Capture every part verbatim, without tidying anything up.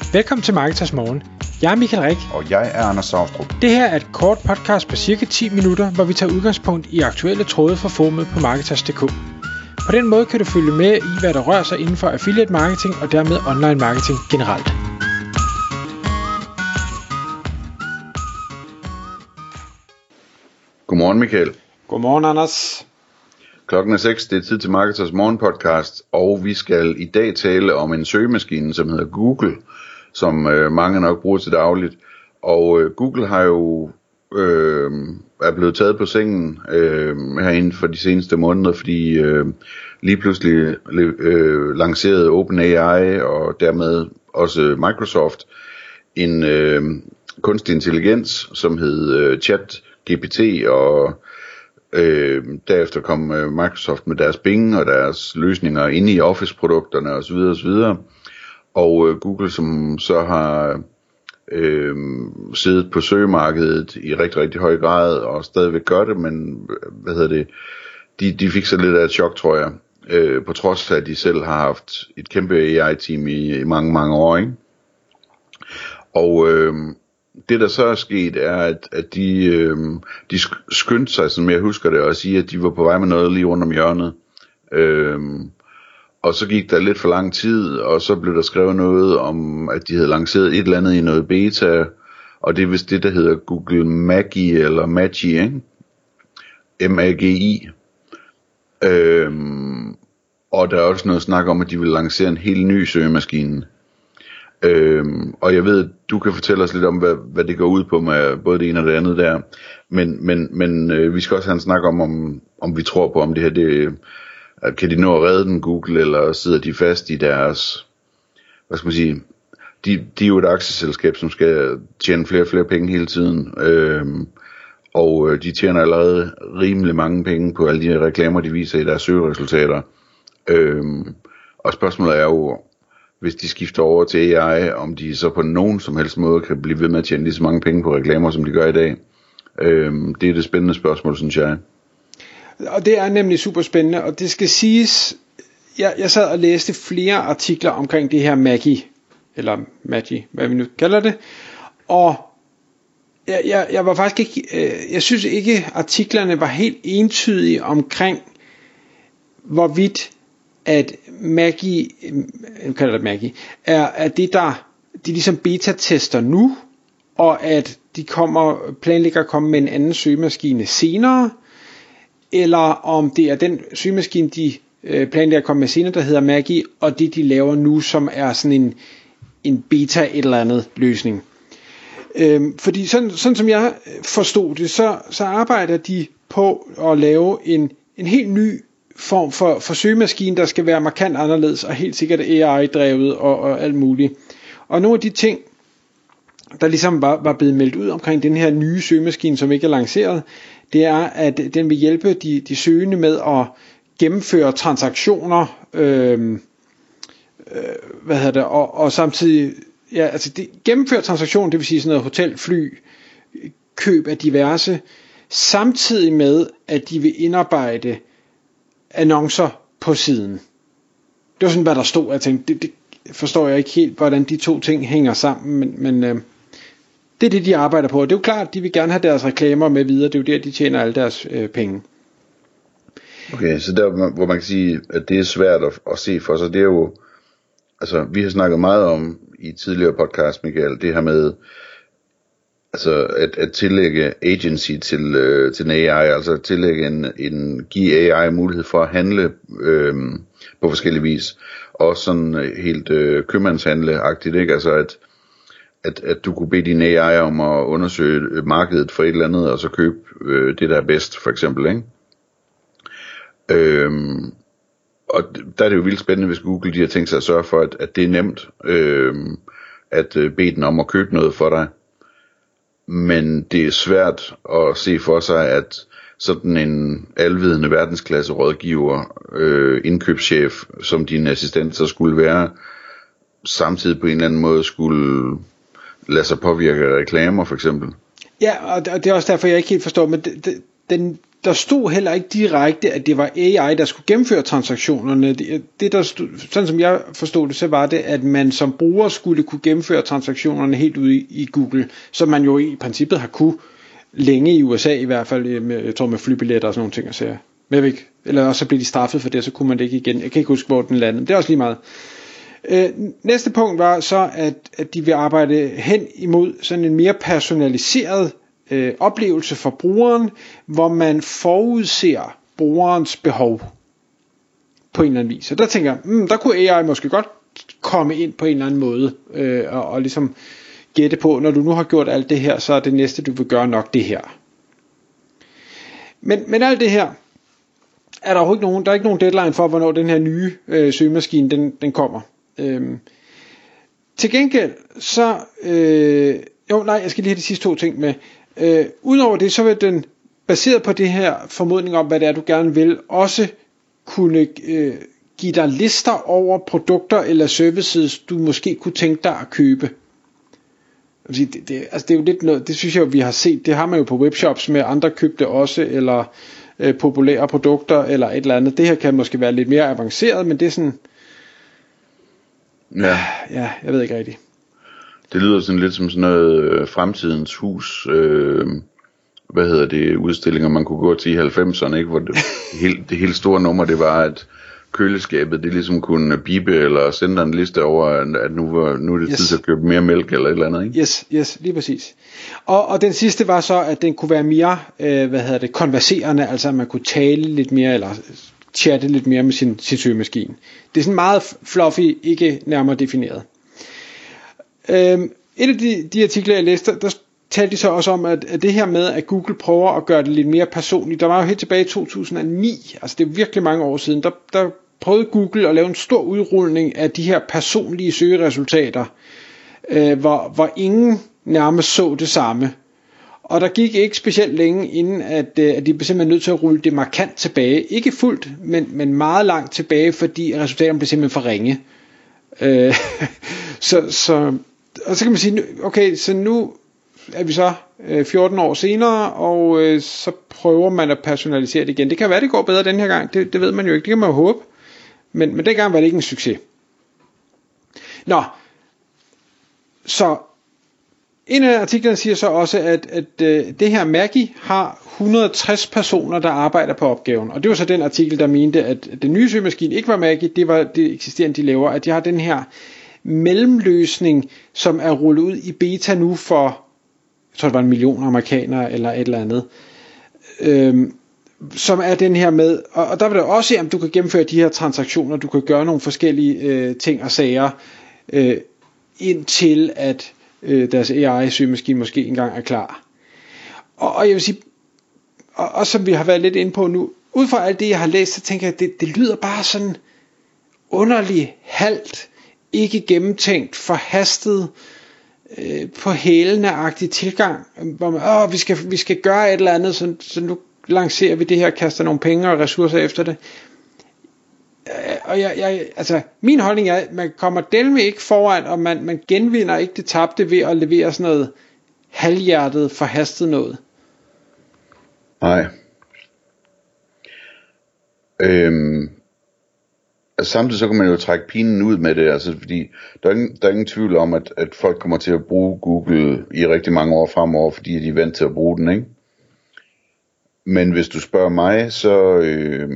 Velkommen til Marketers Morgen. Jeg er Michael Rik. Og jeg er Anders Saustrup. Det her er et kort podcast på cirka ti minutter, hvor vi tager udgangspunkt i aktuelle tråde fra forumet på Marketers punktum d k. På den måde kan du følge med i, hvad der rører sig inden for affiliate marketing og dermed online marketing generelt. Godmorgen Michael. Godmorgen Anders. Klokken er seks, det er tid til Marketers Morgen podcast, og vi skal i dag tale om en søgemaskine, som hedder Google, som øh, mange nok bruger til dagligt. Og øh, Google har jo øh, er blevet taget på sengen øh, herinde for de seneste måneder, fordi øh, lige pludselig øh, lancerede OpenAI og dermed også Microsoft en øh, kunstig intelligens, som hed øh, ChatGPT, og Øh, derefter kom øh, Microsoft med deres Bing og deres løsninger inde i Office-produkterne osv. osv. Og øh, Google, som så har øh, siddet på søgemarkedet i rigtig, rigtig høj grad og stadigvæk gør det, men hvad hedder det, de, de fik så lidt af et chok, tror jeg, øh, på trods af, at de selv har haft et kæmpe A I-team i, i mange, mange år, ikke? Og øh, det der så er sket er, at, at de, øh, de skyndte sig, som jeg husker det, at sige, at de var på vej med noget lige rundt om hjørnet. Øh, og så gik der lidt for lang tid, og så blev der skrevet noget om, at de havde lanceret et eller andet i noget beta, og det er vist det, der hedder Google Magi, eller Magi, ikke? M A G I. Øh, og der er også noget snak om, at de vil lancere en helt ny søgemaskine. Øhm, og jeg ved, at du kan fortælle os lidt om, hvad, hvad det går ud på med både det ene og det andet der. Men, men, men øh, vi skal også have en snak om, om, om vi tror på, om det her, det, kan de nå at redde den Google, eller sidder de fast i deres, hvad skal man sige, de, de er jo et aktieselskab, som skal tjene flere og flere penge hele tiden. Øhm, og øh, de tjener allerede rimelig mange penge på alle de reklamer, de viser i deres søgeresultater. Øhm, og spørgsmålet er jo, hvis de skifter over til A I, om de så på nogen som helst måde kan blive ved med at tjene lige så mange penge på reklamer, som de gør i dag. Øhm, det er det spændende spørgsmål, synes jeg. Og det er nemlig super spændende, og det skal siges, jeg, jeg sad og læste flere artikler omkring det her Magi, eller Magi, hvad vi nu kalder det, og jeg, jeg, jeg var faktisk ikke, øh, jeg synes ikke, artiklerne var helt entydige omkring, hvorvidt at Magi, jeg kalder det Magi, er, er det der, de ligesom beta-tester nu, og at de kommer, planlægger at komme med en anden søgemaskine senere, eller om det er den søgemaskine, de øh, planlægger at komme med senere, der hedder Magi, og det de laver nu, som er sådan en, en beta et eller andet løsning. Øhm, fordi sådan, sådan som jeg forstod det, så, så arbejder de på at lave en, en helt ny form for, for søgemaskine, der skal være markant anderledes, og helt sikkert A I-drevet og, og alt muligt. Og nogle af de ting, der ligesom var, var blevet meldt ud omkring den her nye søgemaskine, som ikke er lanceret, det er, at den vil hjælpe de, de søgende med at gennemføre transaktioner, øh, øh, hvad hedder det, og, og samtidig, ja, altså de, gennemføre transaktioner, det vil sige sådan noget hotel, fly, køb af diverse, samtidig med, at de vil indarbejde annoncer på siden. Det var sådan, hvad der stod. Jeg tænkte, det, det forstår jeg ikke helt, hvordan de to ting hænger sammen, men, men øh, det er det, de arbejder på. Det er jo klart, de vil gerne have deres reklamer med videre. Det er jo der, de tjener alle deres øh, penge. Okay, så der, hvor man kan sige, at det er svært at, at se for sig, det er jo, altså, vi har snakket meget om i tidligere podcast, Michael, det her med, altså at, at tillægge agency til, øh, til en A I, altså at tillægge en, en, give A I mulighed for at handle øh, på forskellige vis, også sådan helt øh, købmandshandle-agtigt, ikke? Altså at, at, at du kunne bede din A I om at undersøge markedet for et eller andet, og så købe øh, det der er bedst, for eksempel, ikke? Øh, og der er det jo vildt spændende, hvis Google de har tænkt sig at sørge for, at, at det er nemt øh, at bede den om at købe noget for dig. Men det er svært at se for sig, at sådan en alvidende verdensklasse rådgiver, øh, indkøbschef, som din assistent så skulle være, samtidig på en eller anden måde skulle lade sig påvirke af reklamer, for eksempel. Ja, og det er også derfor, jeg ikke helt forstår, men det, det, den, der stod heller ikke direkte, at det var A I, der skulle gennemføre transaktionerne. Det, det der stod, sådan som jeg forstod det, så var det, at man som bruger skulle kunne gennemføre transaktionerne helt ude i, i Google, som man jo i princippet har kunne længe i U S A i hvert fald, med, jeg tror med flybilletter og sådan nogle ting, og så jeg ved ikke, eller også så blev de straffet for det, så kunne man det ikke igen. Jeg kan ikke huske, hvor den landede. Det er også lige meget. Øh, næste punkt var så, at, at de vil arbejde hen imod sådan en mere personaliseret øh, oplevelse for brugeren, hvor man forudser brugerens behov på en eller anden vis. Og der tænker jeg, hmm, der kunne A I måske godt komme ind på en eller anden måde, øh, og, og ligesom gætte på, når du nu har gjort alt det her, så er det næste, du vil gøre nok det her. Men, men alt det her, er der jo ikke nogen, der er ikke nogen deadline for, hvornår den her nye øh, søgemaskine, den, den kommer. Øhm. Til gengæld, så, øh, jo nej, jeg skal lige have de sidste to ting med. Øh, Udover det, så vil den, baseret på det her formodning om, hvad det er, du gerne vil, også kunne øh, give dig lister over produkter eller services, du måske kunne tænke dig at købe. Det, det, altså det er jo lidt noget, det synes jeg vi har set, det har man jo på webshops med andre købte også, eller øh, populære produkter, eller et eller andet. Det her kan måske være lidt mere avanceret, men det er sådan, ja, ja jeg ved ikke rigtigt. Det lyder sådan lidt som sådan noget øh, fremtidens hus, øh, hvad hedder det, udstillinger man kunne gå til i halvfemserne, ikke? Hvor det, helt, det helt store nummer, det var, at køleskabet, det ligesom kunne bibe eller sende en liste over, at nu, var, nu er det yes. tid til at købe mere mælk eller et eller andet, ikke? Yes, yes, lige præcis. Og, og den sidste var så, at den kunne være mere, øh, hvad hedder det, konverserende, altså at man kunne tale lidt mere, eller chatte lidt mere med sin, sin søgemaskine. Det er sådan meget fluffy, ikke nærmere defineret. Øhm, et af de, de artikler, jeg læste, der talte de så også om, at, at det her med, at Google prøver at gøre det lidt mere personligt. Der var jo helt tilbage i to tusind og ni, altså det er virkelig mange år siden, der, der prøvede Google at lave en stor udrulning af de her personlige søgeresultater, øh, hvor, hvor ingen nærmest så det samme. Og der gik ikke specielt længe inden, at, at de blev simpelthen nødt til at rulle det markant tilbage. Ikke fuldt, men, men meget langt tilbage, fordi resultaterne blev simpelthen for ringe. Øh, så, så, og så kan man sige, okay, så nu er vi så øh, fjorten år senere, og øh, så prøver man at personalisere det igen. Det kan være, det går bedre den her gang, det, det ved man jo ikke, det kan man jo håbe, men, men dengang var det ikke en succes. Nå, så en af artiklerne siger så også, at, at øh, det her Maggie har et hundrede og tres personer, der arbejder på opgaven, og det var så den artikel, der mente, at den nye søgemaskine ikke var Maggie, det var det eksisterende, de laver, at de har den her mellemløsning, som er rullet ud i beta nu for, jeg tror det var en million amerikanere eller et eller andet, øhm, som er den her med, og, og der vil der også se, om du kan gennemføre de her transaktioner, du kan gøre nogle forskellige øh, ting og sager, øh, indtil at øh, deres A I-søgemaskine måske engang er klar. Og, og jeg vil sige, og, og som vi har været lidt inde på nu, ud fra alt det jeg har læst, så tænker jeg, at det, det lyder bare sådan underligt, halvt, ikke gennemtænkt, forhastet, øh, på hælende-agtig tilgang, hvor man, åh, vi skal, vi skal gøre et eller andet, så, så nu lancerer vi det her, kaster nogle penge og ressourcer efter det. Øh, og jeg, jeg, altså, min holdning er, at man kommer delme ikke foran, og man, man genvinder ikke det tabte ved at levere sådan noget halvhjertet, forhastet noget. Nej. Øhm. Altså, samtidig så kan man jo trække pinen ud med det, altså fordi der er ingen, der er ingen tvivl om, at, at folk kommer til at bruge Google i rigtig mange år fremover, fordi de er vant til at bruge den, ikke? Men hvis du spørger mig, så øh,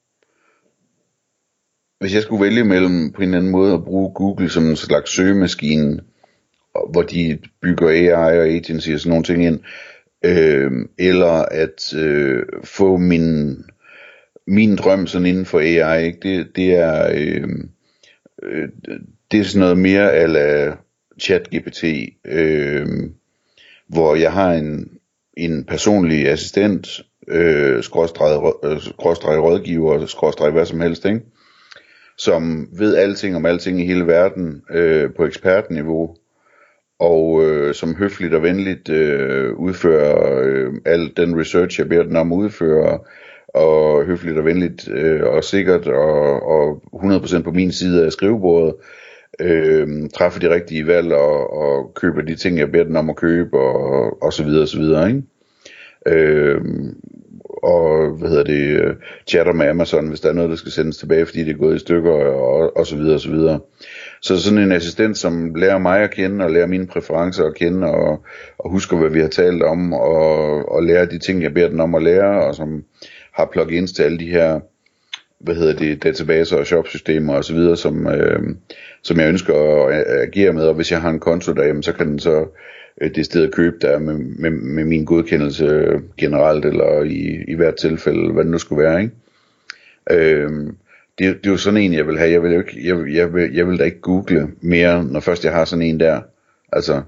hvis jeg skulle vælge mellem på en eller anden måde at bruge Google som en slags søgemaskine, hvor de bygger A I og agency og sådan nogle ting ind, øh, eller at øh, få min min drøm sådan inden for A I, ikke? Det, det er øh, øh, det er sådan noget mere a la ChatGPT, øh, hvor jeg har en en personlig assistent, øh, skråstreg, skråstreg rådgiver, skråstreg hvad som helst, ikke? Som ved alting om alting i hele verden øh, på ekspertniveau, og øh, som høfligt og venligt øh, udfører øh, al den research, jeg beder den om at udføre, og høfligt og venligt øh, og sikkert og, og hundrede procent på min side af skrivebordet, øh, træffer de rigtige valg og, og køber de ting, jeg beder den om at købe, og, og så videre og så videre, ikke? Øh, og hvad hedder det, chatter med Amazon, hvis der er noget, der skal sendes tilbage, fordi det er gået i stykker, og, og så videre, og så videre. Så sådan en assistent, som lærer mig at kende, og lærer mine præferencer at kende, og, og husker, hvad vi har talt om, og, og lærer de ting, jeg beder den om at lære, og som har plugins til alle de her, hvad hedder det, databaser og shopsystemer og så videre, som, øh, som jeg ønsker at agere med, og hvis jeg har en konto der, jamen, så kan den så øh, det sted at købe der med, med, med min godkendelse generelt, eller i, i hvert tilfælde, hvad det nu skulle være, ikke? Øh, det, det er jo sådan en, jeg vil have. Jeg vil, jo ikke, jeg, jeg, vil, jeg vil da ikke google mere, når først jeg har sådan en der. Altså,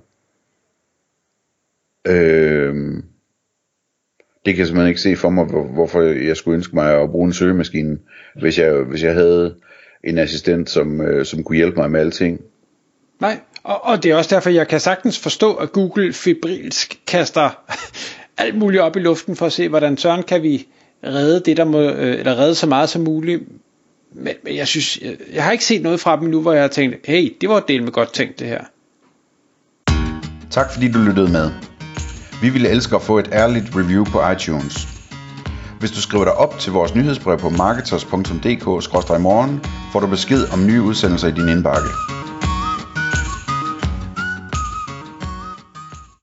øh, det kan jeg simpelthen ikke se for mig, hvor, hvorfor jeg skulle ønske mig at bruge en søgemaskine, hvis jeg, hvis jeg havde en assistent, som, øh, som kunne hjælpe mig med alting. Nej, og, og det er også derfor, jeg kan sagtens forstå, at Google febrilsk kaster alt muligt op i luften for at se, hvordan søren kan vi redde det, der må, øh, eller redde så meget som muligt. Men, men jeg synes, jeg, jeg har ikke set noget fra dem nu, hvor jeg har tænkt, hey, det var et del med godt tænkt det her. Tak fordi du lyttede med. Vi ville elske at få et ærligt review på iTunes. Hvis du skriver dig op til vores nyhedsbrev på marketers punktum d k skråstreg morgen, får du besked om nye udsendelser i din indbakke.